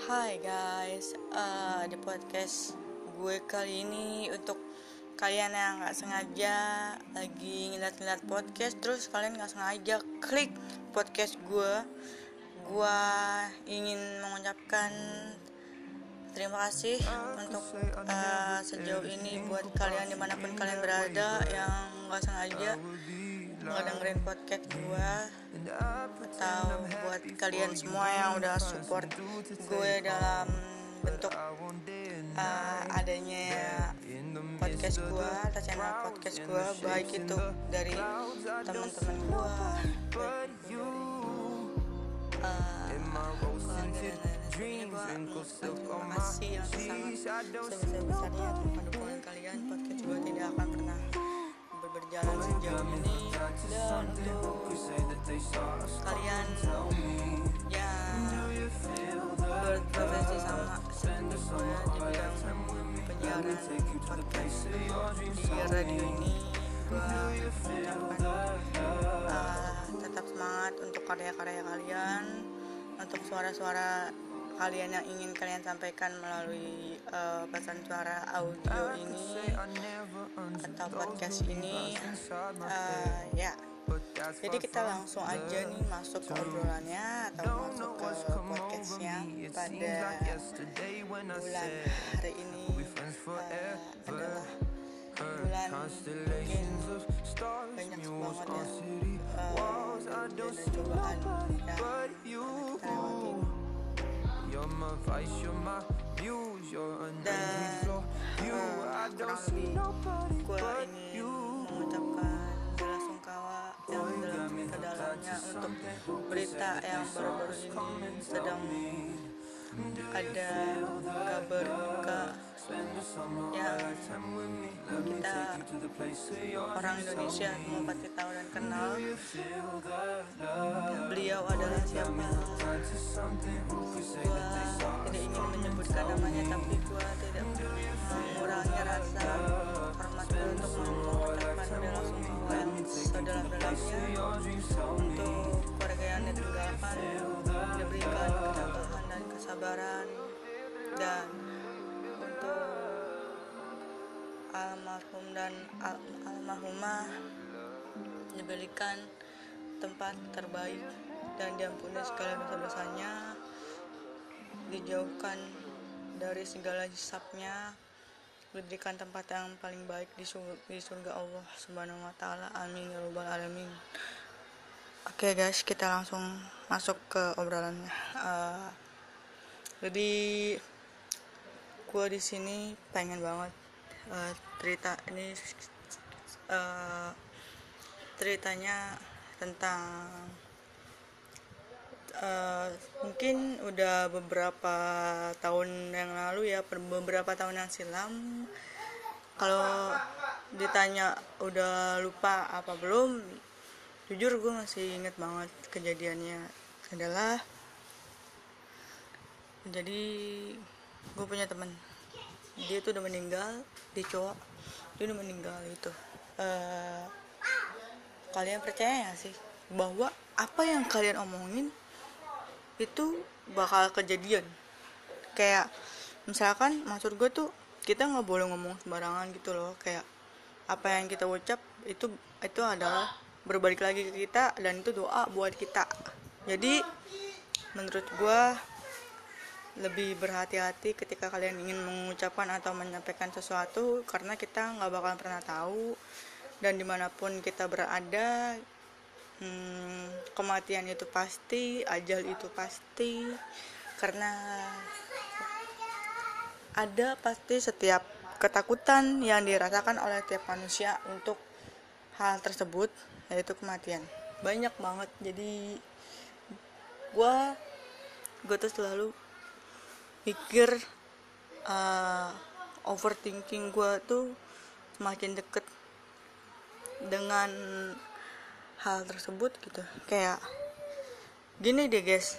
Hai guys, di podcast gue kali ini untuk kalian yang gak sengaja lagi ngeliat-ngeliat podcast terus kalian gak sengaja klik podcast gue ingin mengucapkan terima kasih untuk sejauh ini buat kalian dimanapun kalian berada yang gak sengaja ngedengerin podcast gue, atau buat kalian semua yang udah support gue dalam bentuk adanya podcast gue atau channel podcast gue, baik itu dari teman-teman gue, baik itu dari terima kasih yang sangat sebesar-besarnya atas dukungan kalian. Podcast gue tidak akan pernah berjalan sejauh ini, dan untuk kalian yang berprofesi sama seperti gue di bidang penyiaran podcast di radio ini, gue mengucapkan tetap semangat untuk karya-karya kalian, untuk suara-suara kalian yang ingin kalian sampaikan melalui pesan suara audio ini atau podcast ini. Jadi kita langsung aja nih masuk ke obrolannya atau masuk ke podcastnya pada bulan hari ini. Adalah bulan mungkin banyak banget dan cobaan yang kita lewatin. Dan kurang lebih gue ingin mengucapkan belasungkawa yang dalam-dalamnya untuk berita yang baru-baru ini sedang ada kabar duka yang kita orang Indonesia semua pasti tahu dan kenal. Beliau adalah siapa? Gua tidak ingin menyebutkan namanya, tapi gua tidak mengurangi rasa hormat untuk mengucapkan belasungkawa yang sedalam-dalamnya untuk keluarga yang ditinggalkan, diberikan ketabahan dan kesabaran, dan untuk almarhum dan almarhumah diberikan tempat terbaik dan diampuni segala dosa-dosanya, dijauhkan dari segala hisabnya, diberikan tempat yang paling baik di surga Allah Subhanahu wa taala. Amin ya rabbal alamin. Oke guys, kita langsung masuk ke obrolannya. Jadi gue di sini pengen banget cerita ini, ceritanya tentang mungkin udah beberapa tahun yang lalu ya, beberapa tahun yang silam. Kalau ditanya udah lupa apa belum, jujur gue masih inget banget kejadiannya. Adalah jadi gue punya teman, dia tuh udah meninggal, dia cowok, dia udah meninggal itu. Kalian percaya gak sih bahwa apa yang kalian omongin itu bakal kejadian? Kayak misalkan maksud gue tuh kita nggak boleh ngomong sembarangan gitu loh. Kayak apa yang kita ucap itu adalah berbalik lagi ke kita, dan itu doa buat kita. Jadi menurut gue lebih berhati-hati ketika kalian ingin mengucapkan atau menyampaikan sesuatu, karena kita nggak bakalan pernah tahu, dan dimanapun kita berada, kematian itu pasti, ajal itu pasti, karena ada pasti setiap ketakutan yang dirasakan oleh tiap manusia untuk hal tersebut, yaitu kematian. Banyak banget. Jadi gue tuh selalu pikir, overthinking gue tuh semakin deket dengan hal tersebut gitu. Kayak gini deh guys,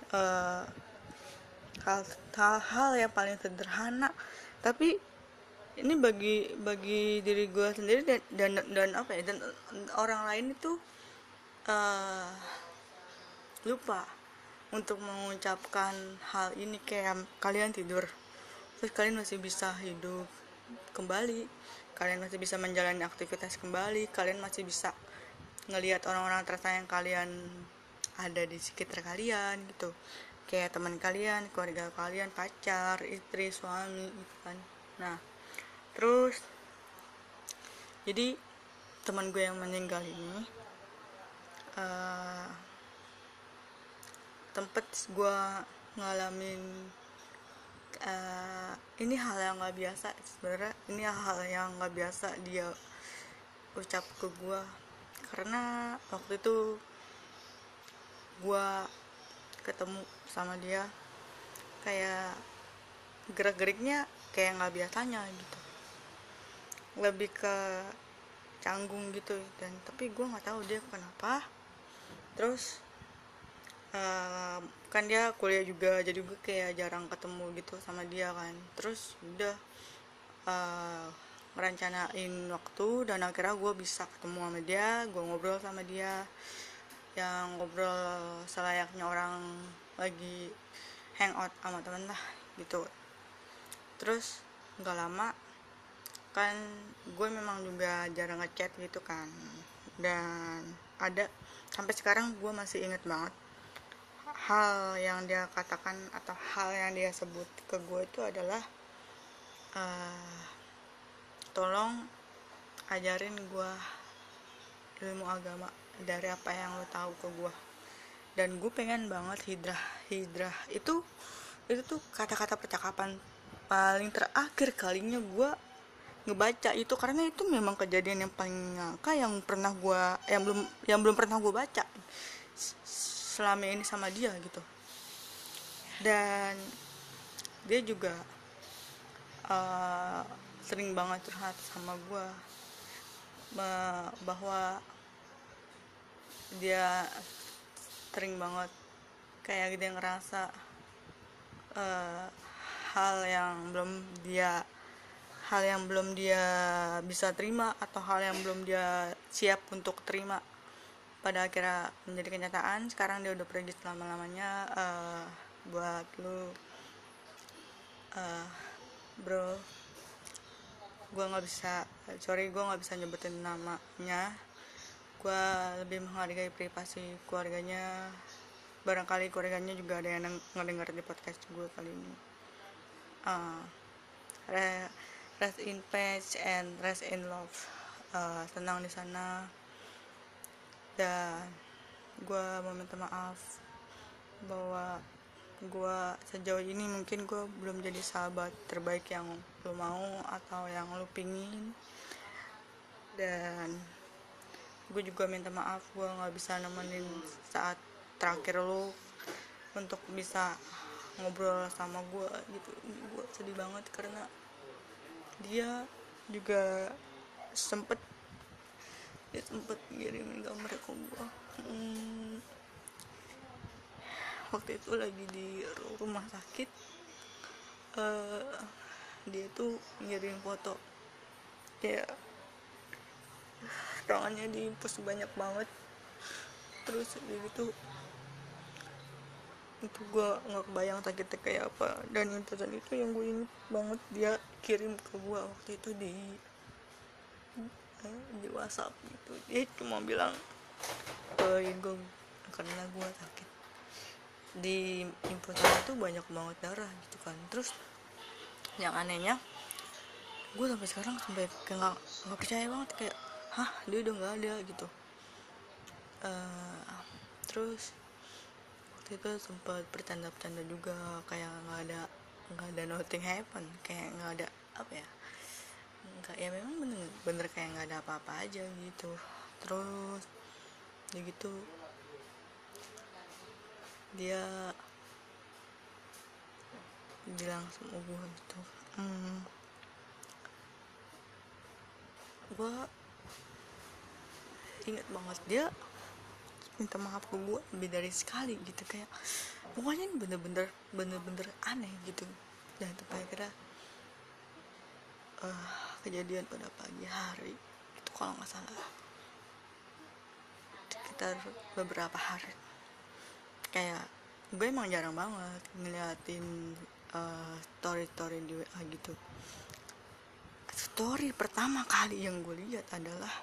hal-hal yang paling sederhana, tapi ini bagi diri gue sendiri dan apa ya, dan orang lain itu lupa untuk mengucapkan hal ini. Kayak kalian tidur terus kalian masih bisa hidup kembali, kalian masih bisa menjalani aktivitas kembali, kalian masih bisa ngelihat orang-orang tersayang kalian ada di sekitar kalian gitu, kayak teman kalian, keluarga kalian, pacar, istri, suami gitu kan. Nah terus jadi teman gue yang meninggal ini tempat gue ngalamin ini hal yang nggak biasa sebenarnya. Ini hal yang nggak biasa dia ucap ke gue, karena waktu itu gue ketemu sama dia kayak gerak-geriknya kayak nggak biasanya gitu, lebih ke canggung gitu. Dan tapi gue nggak tahu dia kenapa. Terus kan dia kuliah juga, jadi gue kayak jarang ketemu gitu sama dia kan. Terus udah ngerencanain waktu, dan akhirnya gue bisa ketemu sama dia, gue ngobrol sama dia, yang ngobrol selayaknya orang lagi hangout sama temen lah gitu. Terus nggak lama kan gue memang juga jarang ngechat gitu kan, dan ada sampai sekarang gue masih inget banget hal yang dia katakan atau hal yang dia sebut ke gue itu adalah tolong ajarin gue ilmu agama dari apa yang lo tahu ke gue. Dan gue pengen banget hidrah itu tuh kata-kata percakapan paling terakhir kalinya gue ngebaca itu, karena itu memang kejadian yang paling nyangka yang pernah gue yang belum pernah gue baca selama ini sama dia gitu. Dan dia juga sering banget curhat sama gue bahwa dia sering banget kayak dia ngerasa hal yang belum dia bisa terima, atau hal yang belum dia siap untuk terima, pada akhirnya menjadi kenyataan. Sekarang dia udah pergi selama-lamanya. Buat lu bro, gue nggak bisa nyebutin namanya. Gue lebih menghargai privasi keluarganya. Barangkali keluarganya juga ada yang ngedenger di podcast gue kali ini. Rest in peace and rest in love. Tenang di sana. Dan gue mau minta maaf bahwa gue sejauh ini mungkin gue belum jadi sahabat terbaik yang lo mau atau yang lo pingin. Dan gue juga minta maaf gue nggak bisa nemenin saat terakhir lo untuk bisa ngobrol sama gue gitu. Gue sedih banget karena dia juga sempet ngirimin gambar ke gue. Waktu itu lagi di rumah sakit, dia tuh ngirim foto kayak tangannya diimpus banyak banget. Terus itu gue nggak kebayang sakitnya kayak apa. Dan impusan itu yang gue inget banget dia kirim ke gue waktu itu di WhatsApp gitu. Dia cuma bilang gue karena gue sakit, di impusan itu banyak banget darah gitu kan. Terus yang anehnya gue sampai sekarang sampai nggak percaya banget, kayak dia udah nggak ada gitu. Terus waktu itu sempat bercanda juga, kayak nggak ada nothing happen, kayak nggak ada apa ya, nggak, ya memang bener kayak nggak ada apa-apa aja gitu. Terus ya gitu dia bilang sama gue gitu, gue inget banget dia minta maaf ke gue lebih dari sekali gitu. Kayak pokoknya ini bener-bener aneh gitu. Dan itu akhirnya kejadian pada pagi hari itu kalau nggak salah sekitar beberapa hari, kayak gue emang jarang banget ngeliatin story di WA gitu. Story pertama kali yang gue lihat adalah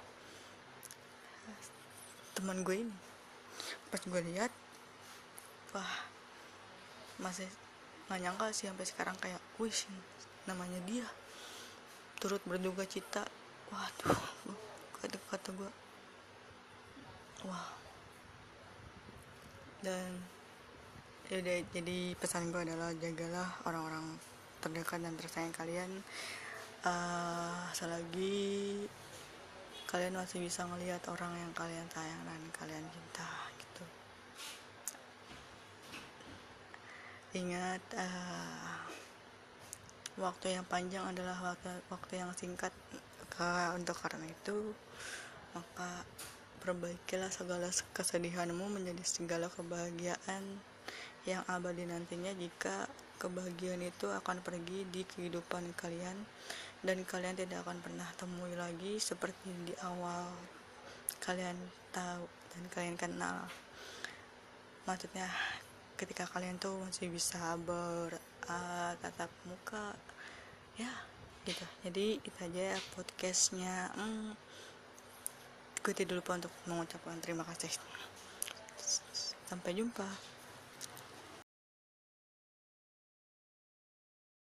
teman gue ini. Pas gue lihat, wah, masih nggak nyangka sih sampai sekarang, kayak wih, namanya dia turut berduka cita. Waduh, kata gue, wah. Dan yaudah, jadi pesan gue adalah jagalah orang-orang terdekat dan tersayang kalian, selagi kalian masih bisa ngelihat orang yang kalian sayang dan kalian cinta gitu. Ingat, waktu yang panjang adalah waktu yang singkat. Untuk karena itu, maka perbaikilah segala kesedihanmu menjadi segala kebahagiaan yang abadi nantinya, jika kebahagiaan itu akan pergi di kehidupan kalian dan kalian tidak akan pernah temui lagi seperti di awal kalian tahu dan kalian kenal. Maksudnya ketika kalian tuh masih bisa bertatap muka, ya gitu. Jadi itu aja podcastnya. Gue tidak lupa untuk mengucapkan terima kasih. Sampai jumpa.